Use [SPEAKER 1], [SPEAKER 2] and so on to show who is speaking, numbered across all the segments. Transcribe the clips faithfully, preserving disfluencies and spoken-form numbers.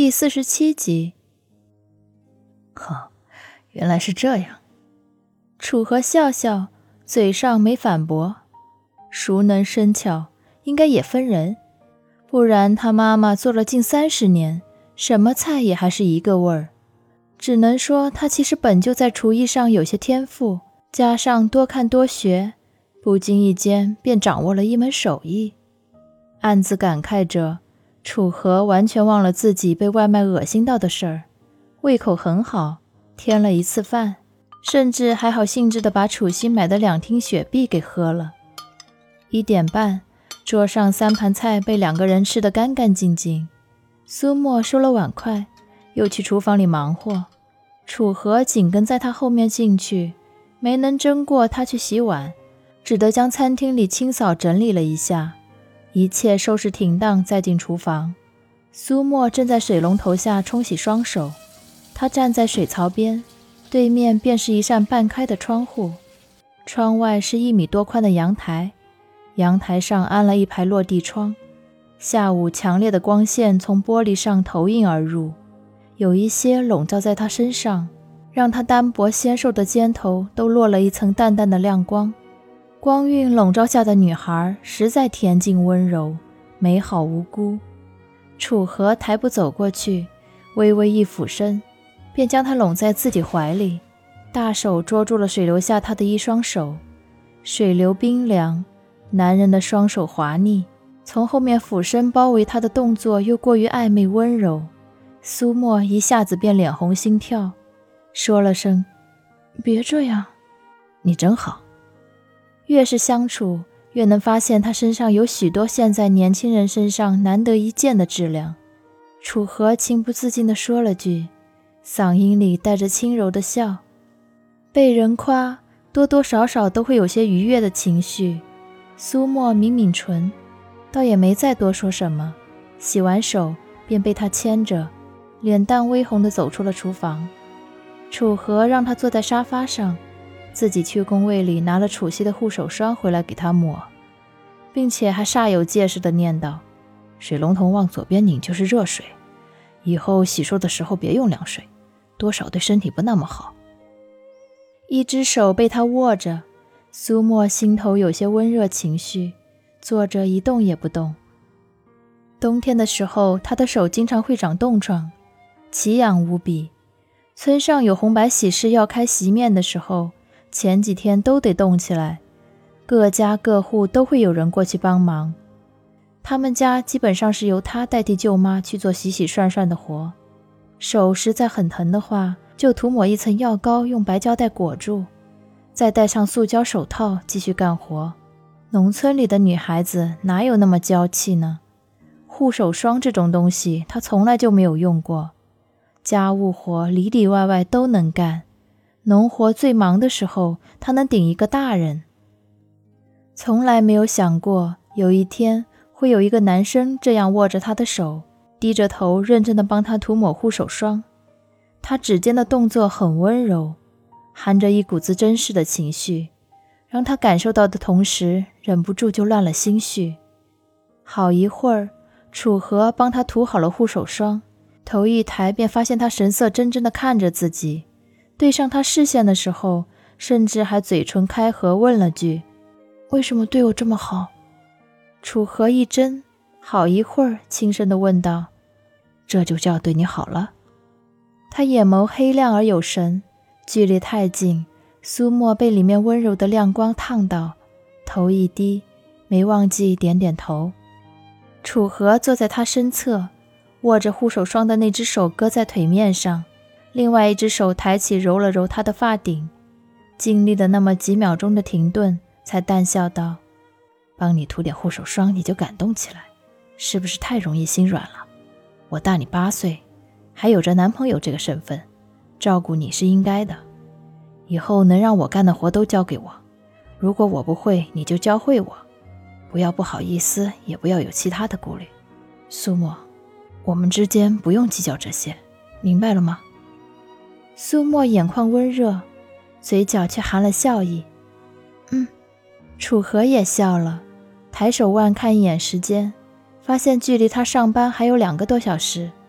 [SPEAKER 1] 第四十七集。
[SPEAKER 2] 呵，原来是这样。
[SPEAKER 1] 楚河笑笑，嘴上没反驳。熟能生巧，应该也分人，不然他妈妈做了近三十年，什么菜也还是一个味儿。只能说他其实本就在厨艺上有些天赋，加上多看多学，不经意间便掌握了一门手艺。暗自感慨着，楚河完全忘了自己被外卖恶心到的事儿，胃口很好，添了一次饭，甚至还好兴致地把楚心买的两听雪碧给喝了。一点半，桌上三盘菜被两个人吃得干干净净。苏沫收了碗筷，又去厨房里忙活。楚河紧跟在他后面进去，没能争过他去洗碗，只得将餐厅里清扫整理了一下，一切收拾停当再进厨房。苏沫正在水龙头下冲洗双手，他站在水槽边，对面便是一扇半开的窗户，窗外是一米多宽的阳台，阳台上安了一排落地窗，下午强烈的光线从玻璃上投映而入，有一些笼罩在他身上，让他单薄纤瘦的肩头都落了一层淡淡的亮光。光晕笼罩下的女孩实在恬静温柔，美好无辜。楚河抬步走过去，微微一俯身，便将她拢在自己怀里，大手捉住了水流下她的一双手。水流冰凉，男人的双手滑腻，从后面俯身包围她的动作又过于暧昧温柔。苏沫一下子便脸红心跳，说了声别这样。
[SPEAKER 2] 你真好。
[SPEAKER 1] 越是相处，越能发现他身上有许多现在年轻人身上难得一见的质量。楚河情不自禁地说了句，嗓音里带着轻柔的笑。被人夸，多多少少都会有些愉悦的情绪。苏沫抿抿唇，倒也没再多说什么，洗完手便被他牵着，脸蛋微红地走出了厨房。楚河让他坐在沙发上，自己去工位里拿了楚西的护手霜回来给他抹，并且还煞有介事地念叨，
[SPEAKER 2] 水龙头往左边拧就是热水，以后洗漱的时候别用凉水，多少对身体不那么好。
[SPEAKER 1] 一只手被他握着，苏沫心头有些温热情绪，坐着一动也不动。冬天的时候，他的手经常会长冻疮，奇痒无比。村上有红白喜事要开席面的时候，前几天都得动起来，各家各户都会有人过去帮忙。他们家基本上是由他代替舅妈去做洗洗涮涮的活，手实在很疼的话，就涂抹一层药膏，用白胶带裹住，再戴上塑胶手套继续干活。农村里的女孩子哪有那么娇气呢？护手霜这种东西她从来就没有用过，家务活里里外外都能干，农活最忙的时候她能顶一个大人。从来没有想过有一天会有一个男生这样握着她的手，低着头认真地帮她涂抹护手霜。他指尖的动作很温柔，含着一股子珍视的情绪，让他感受到的同时忍不住就乱了心绪。好一会儿，楚河帮他涂好了护手霜，头一抬便发现他神色怔怔地看着自己，对上他视线的时候，甚至还嘴唇开合问了句，为什么对我这么好？楚河一怔，好一会儿轻声地问道，
[SPEAKER 2] 这就叫对你好了？
[SPEAKER 1] 他眼眸黑亮而有神，距离太近，苏沫被里面温柔的亮光烫到，头一低，没忘记点点头。楚河坐在他身侧，握着护手霜的那只手搁在腿面上，另外一只手抬起揉了揉他的发顶，经历了那么几秒钟的停顿，才淡笑道，
[SPEAKER 2] 帮你涂点护手霜你就感动起来，是不是太容易心软了？我大你八岁，还有着男朋友这个身份，照顾你是应该的。以后能让我干的活都交给我，如果我不会你就教会我，不要不好意思，也不要有其他的顾虑。苏沫，我们之间不用计较这些，明白了吗？
[SPEAKER 1] 苏沫眼眶温热，嘴角却含了笑意。嗯。楚河也笑了，抬手腕看一眼时间，发现距离他上班还有两个多小时。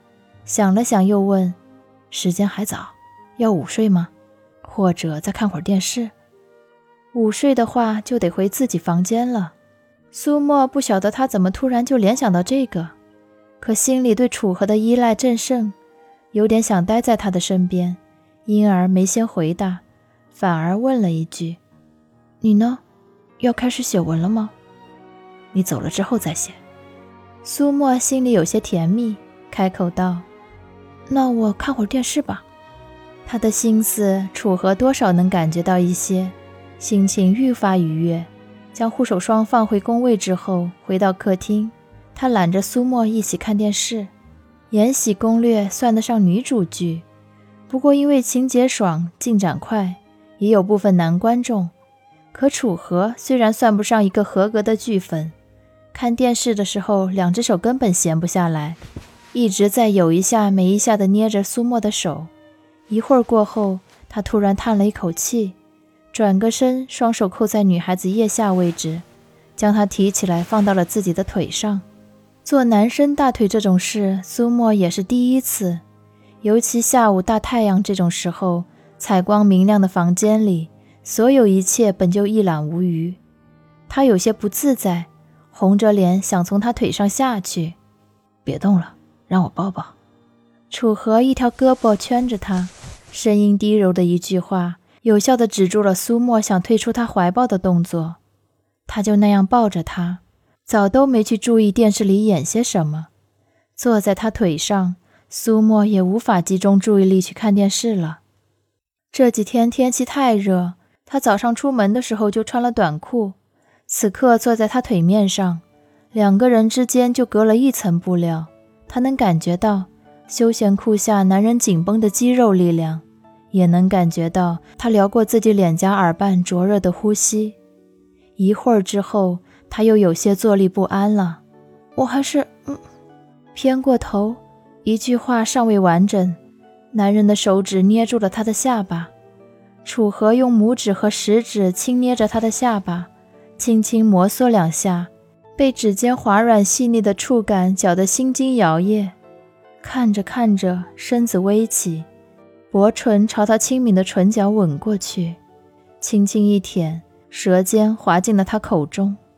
[SPEAKER 1] 想了想又问，时间还早，要午睡吗？或者再看会儿电视？午睡的话就得回自己房间了。苏沫不晓得他怎么突然就联想到这个，可心里对楚河的依赖正盛，有点想待在他的身边，因而没先回答，反而问了一句，你呢？要开始写文了吗？
[SPEAKER 2] 你走了之后再写。
[SPEAKER 1] 苏沫心里有些甜蜜，开口道，那我看会儿电视吧。他的心思楚河多少能感觉到一些，心情愈发愉悦。将护手霜放回工位之后，回到客厅，他揽着苏沫一起看电视。《延禧攻略》算得上女主剧，不过因为情节爽，进展快，也有部分男观众。可楚河虽然算不上一个合格的剧粉，看电视的时候两只手根本闲不下来，一直在有一下没一下地捏着苏沫的手。一会儿过后，他突然叹了一口气，转个身，双手扣在女孩子腋下位置，将她提起来放到了自己的腿上。做男生大腿这种事，苏沫也是第一次，尤其下午大太阳这种时候，采光明亮的房间里，所有一切本就一览无余。他有些不自在，红着脸想从他腿上下去。
[SPEAKER 2] 别动了，让我抱抱。
[SPEAKER 1] 楚河一条胳膊圈着他，声音低柔的一句话，有效地止住了苏沫想退出他怀抱的动作。他就那样抱着他，早都没去注意电视里演些什么。坐在他腿上，苏沫也无法集中注意力去看电视了。这几天天气太热，他早上出门的时候就穿了短裤，此刻坐在他腿面上，两个人之间就隔了一层布料，他能感觉到休闲裤下男人紧绷的肌肉力量，也能感觉到他撩过自己脸颊耳畔灼热的呼吸。一会儿之后，他又有些坐立不安了。我还是……嗯，偏过头，一句话尚未完整，男人的手指捏住了他的下巴。楚河用拇指和食指轻捏着他的下巴，轻轻摩挲两下，被指尖滑软细腻的触感搅得心惊摇曳。看着看着，身子微起，薄唇朝他轻抿的唇角吻过去，轻轻一舔，舌尖滑进了他口中。